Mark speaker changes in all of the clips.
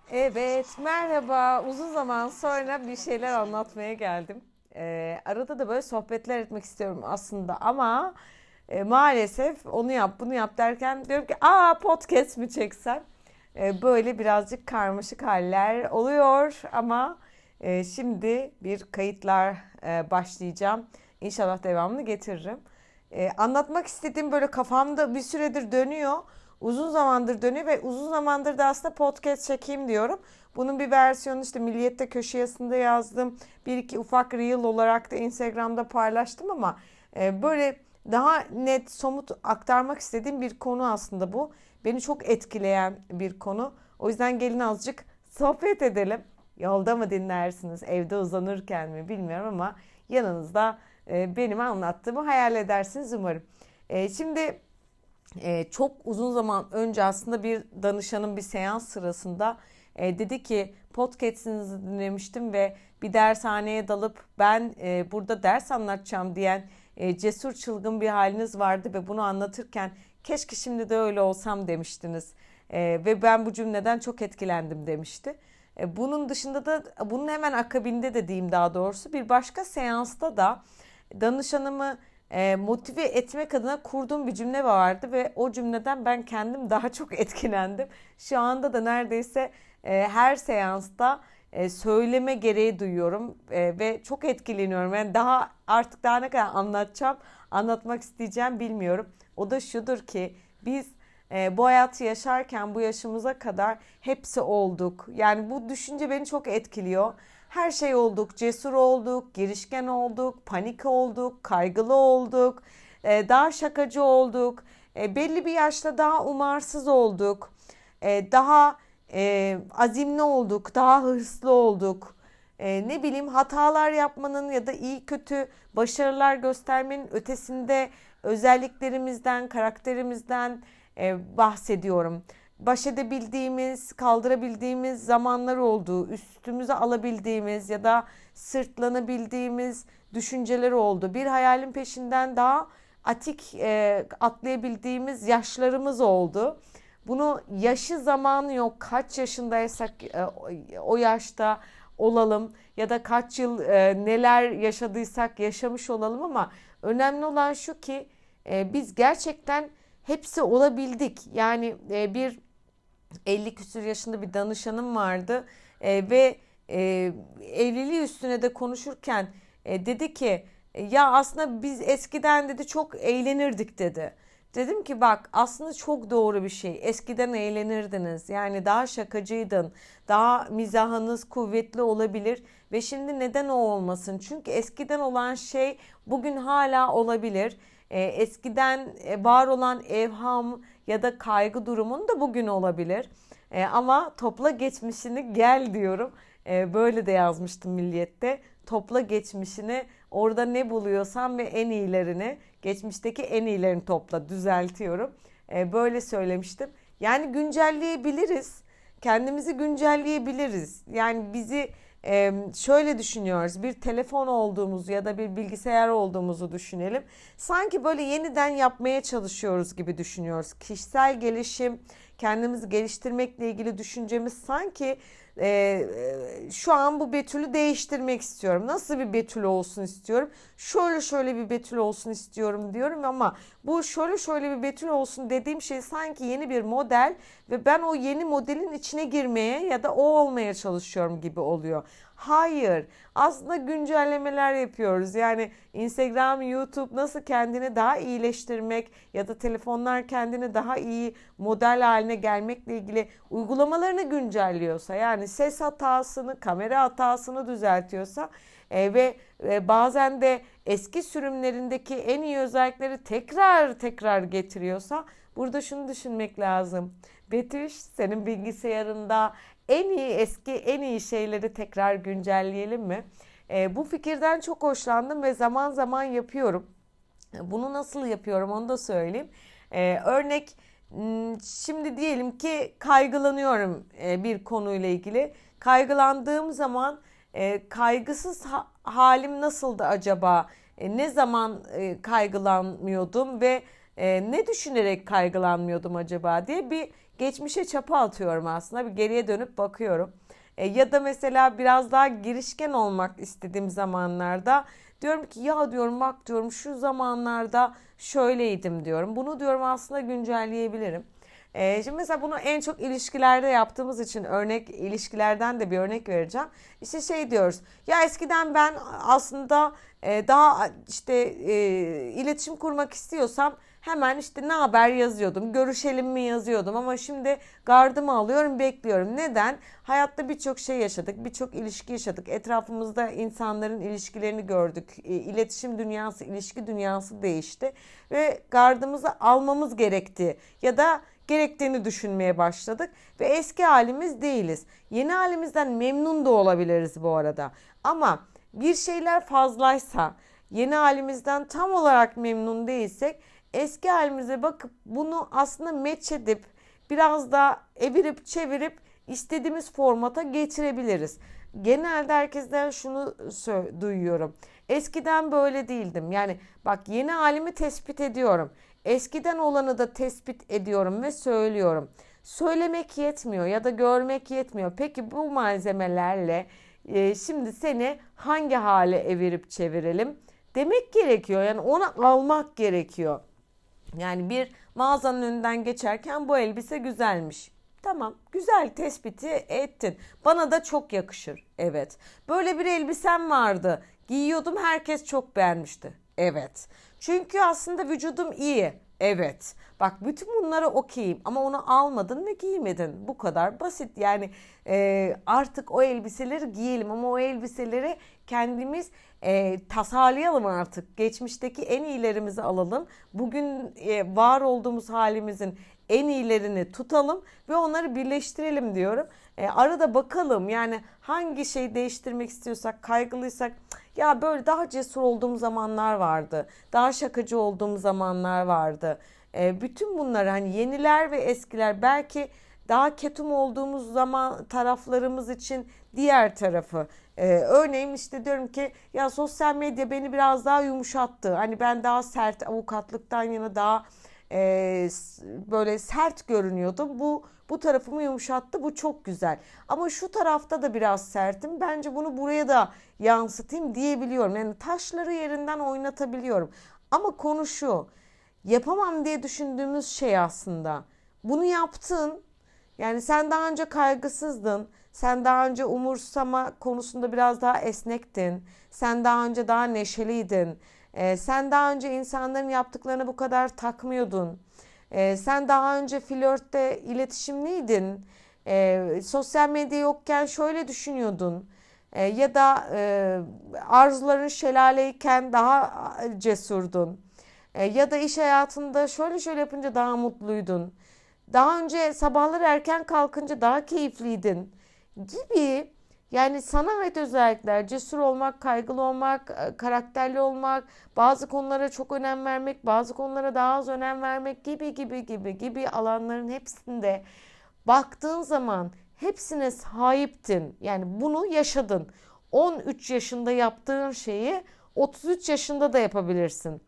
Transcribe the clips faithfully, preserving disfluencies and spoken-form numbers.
Speaker 1: Evet, merhaba. Uzun zaman sonra bir şeyler anlatmaya geldim. Ee, arada da böyle sohbetler etmek istiyorum aslında ama e, maalesef onu yap, bunu yap derken diyorum ki, aa podcast mi çeksem? Ee, böyle birazcık karmaşık haller oluyor ama e, şimdi bir kayıtlar e, başlayacağım. İnşallah devamını getiririm. Ee, anlatmak istediğim böyle kafamda bir süredir dönüyor. Uzun zamandır dönüyor ve uzun zamandır da aslında podcast çekeyim diyorum. Bunun bir versiyonu işte Milliyet'te köşe yazısında yazdım. Bir iki ufak reel olarak da Instagram'da paylaştım ama e, böyle daha net, somut aktarmak istediğim bir konu aslında bu. Beni çok etkileyen bir konu. O yüzden gelin azıcık sohbet edelim. Yolda mı dinlersiniz, evde uzanırken mi bilmiyorum ama yanınızda e, benim anlattığımı hayal edersiniz umarım. E, şimdi e, çok uzun zaman önce aslında bir danışanın bir seans sırasında e, dedi ki podcast'inizi dinlemiştim ve bir dershaneye dalıp ben e, burada ders anlatacağım diyen e, cesur çılgın bir haliniz vardı ve bunu anlatırken keşke şimdi de öyle olsam demiştiniz. E, ve ben bu cümleden çok etkilendim demişti. E, bunun dışında da bunun hemen akabinde de diyeyim daha doğrusu bir başka seansta da danışanımı e, motive etmek adına kurduğum bir cümle vardı ve o cümleden ben kendim daha çok etkilendim. Şu anda da neredeyse e, her seansta e, söyleme gereği duyuyorum e, ve çok etkileniyorum. Yani daha artık daha ne kadar anlatacağım, anlatmak isteyeceğim bilmiyorum. O da şudur ki biz e, bu hayatı yaşarken bu yaşımıza kadar hepsi olduk. Yani bu düşünce beni çok etkiliyor. Her şey olduk, cesur olduk, girişken olduk, panik olduk, kaygılı olduk, e, daha şakacı olduk, e, belli bir yaşta daha umarsız olduk, e, daha e, azimli olduk, daha hırslı olduk. E, ne bileyim hatalar yapmanın ya da iyi kötü başarılar göstermenin ötesinde özelliklerimizden, karakterimizden e, bahsediyorum. Baş edebildiğimiz, kaldırabildiğimiz zamanlar oldu. Üstümüze alabildiğimiz ya da sırtlanabildiğimiz düşünceler oldu. Bir hayalin peşinden daha atik e, atlayabildiğimiz yaşlarımız oldu. Bunu yaşı zamanı yok. Kaç yaşındaysak e, o yaşta olalım ya da kaç yıl e, neler yaşadıysak yaşamış olalım ama önemli olan şu ki e, biz gerçekten hepsi olabildik. Yani e, bir elli küsur yaşında bir danışanım vardı e, ve e, evliliği üstüne de konuşurken e, dedi ki e, ya aslında biz eskiden dedi çok eğlenirdik dedi. Dedim ki bak aslında çok doğru bir şey. Eskiden eğlenirdiniz. Yani daha şakacıydın. Daha mizahınız kuvvetli olabilir. Ve şimdi neden o olmasın? Çünkü eskiden olan şey bugün hala olabilir. E, eskiden e, var olan evham ya da kaygı durumun da bugün olabilir. E, ama topla geçmişini gel diyorum. E, böyle de yazmıştım Milliyet'te. Topla geçmişini orada ne buluyorsan ve en iyilerini geçmişteki en iyilerini topla düzeltiyorum. E, böyle söylemiştim. Yani güncelleyebiliriz. Kendimizi güncelleyebiliriz. Yani bizi e, şöyle düşünüyoruz. Bir telefon olduğumuz ya da bir bilgisayar olduğumuzu düşünelim. Sanki böyle yeniden yapmaya çalışıyoruz gibi düşünüyoruz. Kişisel gelişim, kendimizi geliştirmekle ilgili düşüncemiz sanki e, şu an bu Betül'ü değiştirmek istiyorum. Nasıl bir Betül olsun istiyorum? Şöyle şöyle bir Betül olsun istiyorum diyorum ama bu şöyle şöyle bir Betül olsun dediğim şey sanki yeni bir model ve ben o yeni modelin içine girmeye ya da o olmaya çalışıyorum gibi oluyor. Hayır, aslında güncellemeler yapıyoruz. Yani Instagram, YouTube nasıl kendini daha iyileştirmek ya da telefonlar kendini daha iyi model haline gelmekle ilgili uygulamalarını güncelliyorsa, yani ses hatasını, kamera hatasını düzeltiyorsa e, ve e, bazen de eski sürümlerindeki en iyi özellikleri tekrar tekrar getiriyorsa burada şunu düşünmek lazım. Betüş, senin bilgisayarında en iyi eski en iyi şeyleri tekrar güncelleyelim mi? E, bu fikirden çok hoşlandım ve zaman zaman yapıyorum. Bunu nasıl yapıyorum onu da söyleyeyim. E, örnek şimdi diyelim ki kaygılanıyorum e, bir konuyla ilgili. Kaygılandığım zaman e, kaygısız halim nasıldı acaba? E, ne zaman e, kaygılanmıyordum ve E, ne düşünerek kaygılanmıyordum acaba diye bir geçmişe çapa atıyorum aslında. Bir geriye dönüp bakıyorum. E, ya da mesela biraz daha girişken olmak istediğim zamanlarda diyorum ki ya diyorum bak diyorum şu zamanlarda şöyleydim diyorum. Bunu diyorum aslında güncelleyebilirim. E, şimdi mesela bunu en çok ilişkilerde yaptığımız için örnek ilişkilerden de bir örnek vereceğim. İşte şey diyoruz ya eskiden ben aslında e, daha işte e, iletişim kurmak istiyorsam hemen işte ne haber yazıyordum, görüşelim mi yazıyordum ama şimdi gardımı alıyorum, bekliyorum. Neden? Hayatta birçok şey yaşadık, birçok ilişki yaşadık. Etrafımızda insanların ilişkilerini gördük. İletişim dünyası, ilişki dünyası değişti ve gardımızı almamız gerekti ya da gerektiğini düşünmeye başladık ve eski halimiz değiliz. Yeni halimizden memnun da olabiliriz bu arada. Ama bir şeyler fazlaysa, yeni halimizden tam olarak memnun değilsek eski halimize bakıp bunu aslında match edip biraz da evirip çevirip istediğimiz formata getirebiliriz. Genelde herkesten şunu duyuyorum. Eskiden böyle değildim. Yani bak yeni halimi tespit ediyorum. Eskiden olanı da tespit ediyorum ve söylüyorum. Söylemek yetmiyor ya da görmek yetmiyor. Peki bu malzemelerle e, şimdi seni hangi hale evirip çevirelim demek gerekiyor. Yani onu almak gerekiyor. Yani bir mağazanın önünden geçerken bu elbise güzelmiş. Tamam, güzel tespiti ettin. Bana da çok yakışır. Evet. Böyle bir elbisem vardı. Giyiyordum, herkes çok beğenmişti. Evet. Çünkü aslında vücudum iyi. Evet. Bak bütün bunları okeyim ama onu almadın ve giymedin. Bu kadar basit. Yani e, artık o elbiseleri giyelim ama o elbiseleri kendimiz e, tasarlayalım artık. Geçmişteki en iyilerimizi alalım. Bugün e, var olduğumuz halimizin en iyilerini tutalım ve onları birleştirelim diyorum. E, arada bakalım yani hangi şeyi değiştirmek istiyorsak, kaygılıysak ya böyle daha cesur olduğum zamanlar vardı. Daha şakacı olduğum zamanlar vardı. E, bütün bunlar hani yeniler ve eskiler belki daha ketum olduğumuz zaman taraflarımız için diğer tarafı. Ee, örneğin işte diyorum ki ya sosyal medya beni biraz daha yumuşattı. Hani ben daha sert avukatlıktan yana daha e, böyle sert görünüyordum. Bu bu tarafımı yumuşattı. Bu çok güzel. Ama şu tarafta da biraz sertim. Bence bunu buraya da yansıtayım diyebiliyorum. Yani taşları yerinden oynatabiliyorum. Ama konu şu. Yapamam diye düşündüğümüz şey aslında. Bunu yaptın. Yani sen daha önce kaygısızdın. Sen daha önce umursama konusunda biraz daha esnektin. Sen daha önce daha neşeliydin. Ee, sen daha önce insanların yaptıklarını bu kadar takmıyordun. Ee, sen daha önce flörtte iletişimliydin. Ee, sosyal medya yokken şöyle düşünüyordun. Ee, ya da e, arzuların şelaleyken daha cesurdun. Ee, ya da iş hayatında şöyle şöyle yapınca daha mutluydun. Daha önce sabahları erken kalkınca daha keyifliydin gibi yani sana ait özellikler, cesur olmak, kaygılı olmak, karakterli olmak, bazı konulara çok önem vermek, bazı konulara daha az önem vermek gibi gibi gibi gibi alanların hepsinde baktığın zaman hepsine sahiptin. Yani bunu yaşadın. on üç yaşında yaptığın şeyi otuz üç yaşında da yapabilirsin.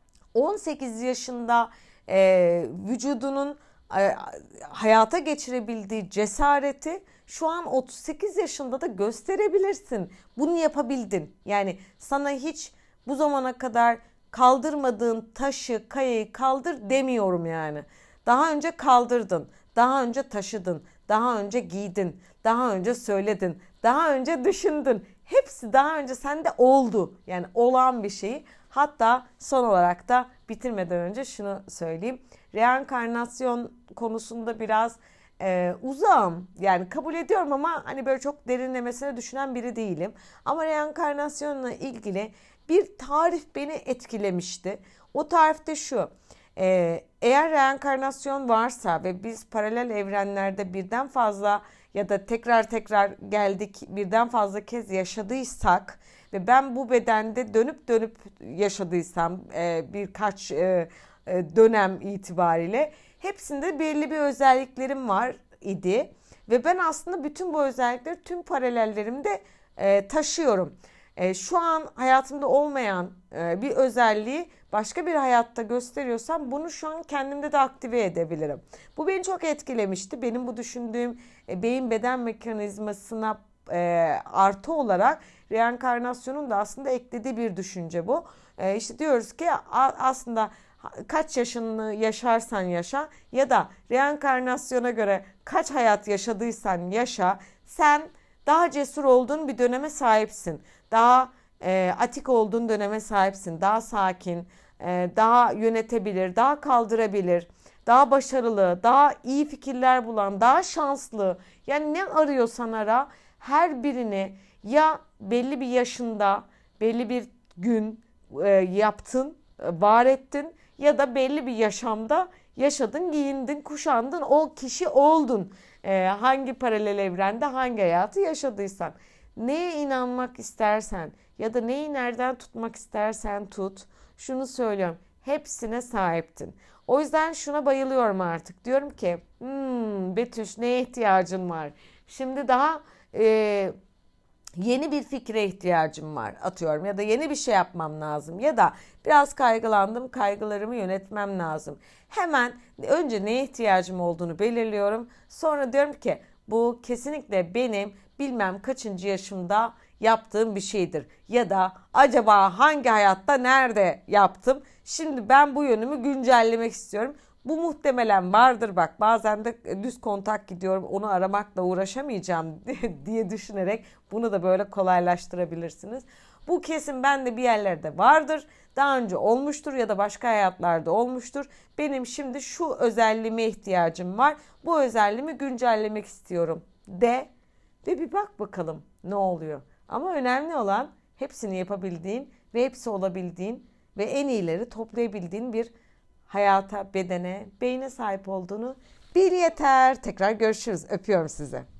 Speaker 1: on sekiz yaşında e, vücudunun e, hayata geçirebildiği cesareti şu an otuz sekiz yaşında da gösterebilirsin. Bunu yapabildin. Yani sana hiç bu zamana kadar kaldırmadığın taşı, kayayı kaldır demiyorum yani. Daha önce kaldırdın, daha önce taşıdın, daha önce giydin, daha önce söyledin, daha önce düşündün. Hepsi daha önce sende oldu. Yani olan bir şeyi. Hatta son olarak da bitirmeden önce şunu söyleyeyim. Reenkarnasyon konusunda biraz e, uzağım. Yani kabul ediyorum ama hani böyle çok derinlemesine düşünen biri değilim. Ama reenkarnasyonla ilgili bir tarif beni etkilemişti. O tarifte şu. E, eğer reenkarnasyon varsa ve biz paralel evrenlerde birden fazla ya da tekrar tekrar geldik birden fazla kez yaşadıysak ve ben bu bedende dönüp dönüp yaşadıysam e, birkaç e, e, dönem itibariyle hepsinde belli bir özelliklerim var idi ve ben aslında bütün bu özellikleri tüm paralellerimde e, taşıyorum. E, şu an hayatımda olmayan e, bir özelliği başka bir hayatta gösteriyorsam bunu şu an kendimde de aktive edebilirim. Bu beni çok etkilemişti. Benim bu düşündüğüm e, beyin beden mekanizmasına e, artı olarak reenkarnasyonun da aslında eklediği bir düşünce bu. E, işte diyoruz ki a, aslında kaç yaşını yaşarsan yaşa ya da reenkarnasyona göre kaç hayat yaşadıysan yaşa, sen daha cesur olduğun bir döneme sahipsin. Daha e, atik olduğun döneme sahipsin. Daha sakin, e, daha yönetebilir, daha kaldırabilir, daha başarılı, daha iyi fikirler bulan, daha şanslı. Yani ne arıyorsan ara, her birini ya belli bir yaşında, belli bir gün e, yaptın, e, var ettin ya da belli bir yaşamda yaşadın, giyindin, kuşandın, o kişi oldun. E, hangi paralel evrende hangi hayatı yaşadıysan. Neye inanmak istersen ya da neyi nereden tutmak istersen tut. Şunu söylüyorum, hepsine sahiptin. O yüzden şuna bayılıyorum artık. Diyorum ki hmm, Betüş, neye ihtiyacın var? Şimdi daha e, yeni bir fikre ihtiyacım var atıyorum ya da yeni bir şey yapmam lazım ya da biraz kaygılandım, kaygılarımı yönetmem lazım. Hemen önce neye ihtiyacım olduğunu belirliyorum. Sonra diyorum ki bu kesinlikle benim bilmem kaçıncı yaşımda yaptığım bir şeydir. Ya da acaba hangi hayatta nerede yaptım? Şimdi ben bu yönümü güncellemek istiyorum. Bu muhtemelen vardır, bak bazen de düz kontak gidiyorum, onu aramakla uğraşamayacağım diye düşünerek bunu da böyle kolaylaştırabilirsiniz. Bu kesin bende bir yerlerde vardır, daha önce olmuştur ya da başka hayatlarda olmuştur. Benim şimdi şu özelliğime ihtiyacım var, bu özelliğimi güncellemek istiyorum de ve bir bak bakalım ne oluyor. Ama önemli olan hepsini yapabildiğin ve hepsi olabildiğin ve en iyileri toplayabildiğin bir hayata, bedene, beyne sahip olduğunu bil yeter. Tekrar görüşürüz. Öpüyorum sizi.